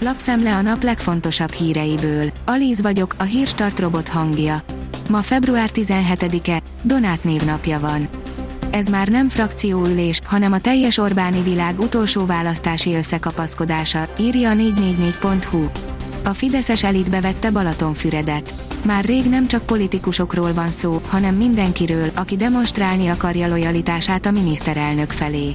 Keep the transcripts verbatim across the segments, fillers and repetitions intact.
Lapszemle a nap legfontosabb híreiből. Alíz vagyok, a Hírstart robot hangja. Ma február tizenhetedike, Donát névnapja van. Ez már nem frakcióülés, hanem a teljes Orbáni világ utolsó választási összekapaszkodása, írja a négy négy négy pont hu. A fideszes elit bevette Balatonfüredet. Már rég nem csak politikusokról van szó, hanem mindenkiről, aki demonstrálni akarja lojalitását a miniszterelnök felé.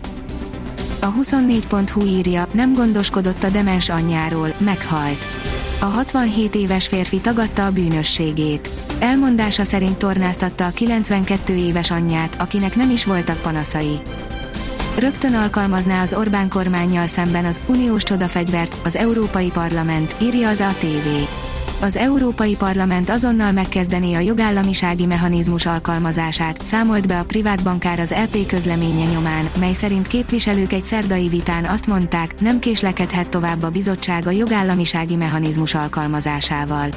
A huszonnégy pont hu írja, nem gondoskodott a demens anyjáról, meghalt. A hatvanhét éves férfi tagadta a bűnösségét. Elmondása szerint tornáztatta a kilencvenkét éves anyját, akinek nem is voltak panaszai. Rögtön alkalmazná az Orbán kormánnyal szemben az uniós csodafegyvert, az Európai Parlament, írja az á té vé. Az Európai Parlament azonnal megkezdené a jogállamisági mechanizmus alkalmazását, számolt be a privát bankár az é pé közleménye nyomán, mely szerint képviselők egy szerdai vitán azt mondták, nem késlekedhet tovább a bizottság a jogállamisági mechanizmus alkalmazásával.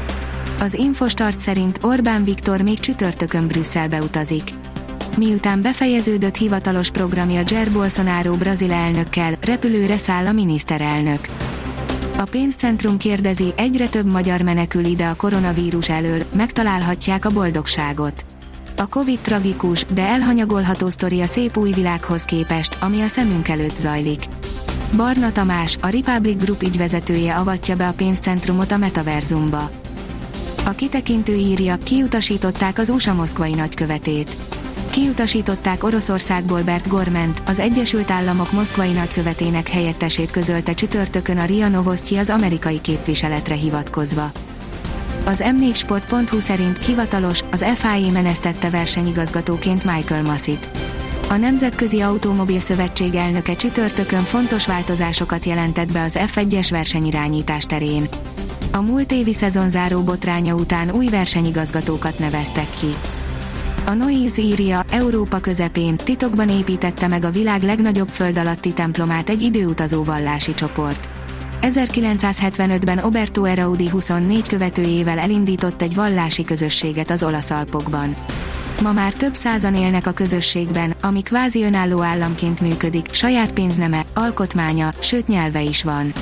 Az Infostart szerint Orbán Viktor még csütörtökön Brüsszelbe utazik. Miután befejeződött hivatalos programja Jair Bolsonaro brazil elnökkel, repülőre száll a miniszterelnök. A pénzcentrum kérdezi, egyre több magyar menekül ide a koronavírus elől, megtalálhatják a boldogságot. A Covid tragikus, de elhanyagolható sztori a szép új világhoz képest, ami a szemünk előtt zajlik. Barna Tamás, a Republic Group ügyvezetője avatja be a pénzcentrumot a metaverzumba. A kitekintő írja, kiutasították az u es á moszkvai nagykövetét. Kiutasították Oroszországból Bert Gorment, az Egyesült Államok moszkvai nagykövetének helyettesét, közölte csütörtökön a RIA Novosti az amerikai képviseletre hivatkozva. Az em négy sport pont hu szerint hivatalos, az ef i á menesztette versenyigazgatóként Michael Masit. A Nemzetközi Automobil Szövetség elnöke csütörtökön fontos változásokat jelentett be az ef egyes versenyirányítás terén. A múlt évi szezonzáró botránya után új versenyigazgatókat neveztek ki. A Noise írja, Európa közepén, titokban építette meg a világ legnagyobb föld alatti templomát egy időutazó vallási csoport. ezerkilencszázhetvenötben Oberto Eraudi huszonnégy követőjével elindított egy vallási közösséget az olasz Alpokban. Ma már több százan élnek a közösségben, ami kvázi önálló államként működik, saját pénzneme, alkotmánya, sőt nyelve is van.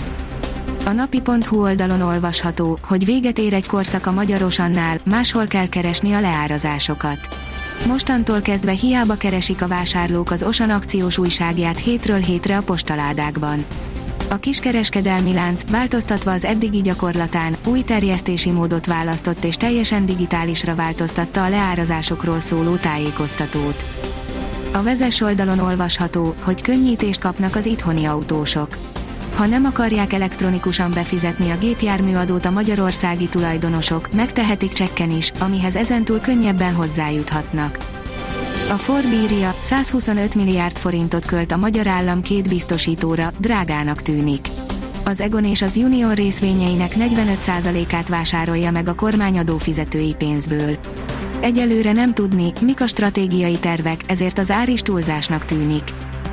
A napi pont hu oldalon olvasható, hogy véget ér egy korszak a Magyarosannál, máshol kell keresni a leárazásokat. Mostantól kezdve hiába keresik a vásárlók az Osan akciós újságját hétről hétre a postaládákban. A kiskereskedelmi lánc, változtatva az eddigi gyakorlatán, új terjesztési módot választott és teljesen digitálisra változtatta a leárazásokról szóló tájékoztatót. A Vezess oldalon olvasható, hogy könnyítést kapnak az itthoni autósok. Ha nem akarják elektronikusan befizetni a gépjárműadót a magyarországi tulajdonosok, megtehetik csekken is, amihez ezentúl könnyebben hozzájuthatnak. A Forbes írja, százhuszonöt milliárd forintot költ a magyar állam két biztosítóra, drágának tűnik. Az Egon és az Union részvényeinek negyvenöt százalékát vásárolja meg a kormány adófizetői pénzből. Egyelőre nem tudni, mik a stratégiai tervek, ezért az ár is túlzásnak tűnik.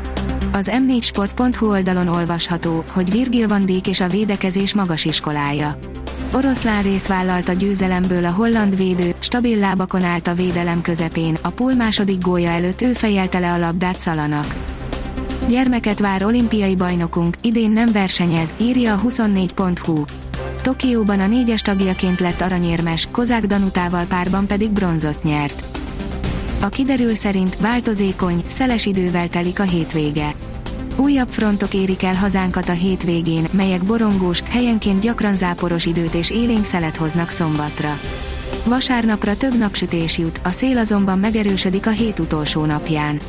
Az em négy sport pont hu oldalon olvasható, hogy Virgil van Dijk és a védekezés magasiskolája. Oroszlán részt vállalt a győzelemből a holland védő, stabil lábakon állt a védelem közepén, a pól második gólja előtt ő fejelte le a labdát Szalanak. Gyermeket vár olimpiai bajnokunk, idén nem versenyez, írja a huszonnégy pont hu. Tokióban a négyes tagjaként lett aranyérmes, Kozák Danutával párban pedig bronzot nyert. A kiderül szerint változékony, szeles idővel telik a hétvége. Újabb frontok érik el hazánkat a hétvégén, melyek borongós, helyenként gyakran záporos időt és élénk szelet hoznak szombatra. Vasárnapra több napsütés jut, a szél azonban megerősödik a hét utolsó napján.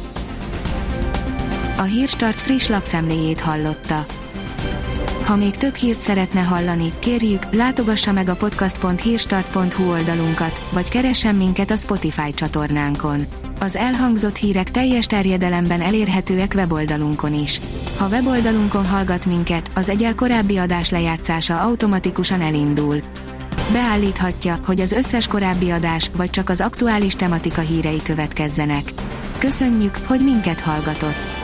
A Hírstart friss lapszemléjét hallotta. Ha még több hírt szeretne hallani, kérjük, látogassa meg a podcast pont hírstart pont hu oldalunkat, vagy keressen minket a Spotify csatornánkon. Az elhangzott hírek teljes terjedelemben elérhetőek weboldalunkon is. Ha weboldalunkon hallgat minket, az egyel korábbi adás lejátszása automatikusan elindul. Beállíthatja, hogy az összes korábbi adás, vagy csak az aktuális tematika hírei következzenek. Köszönjük, hogy minket hallgatott!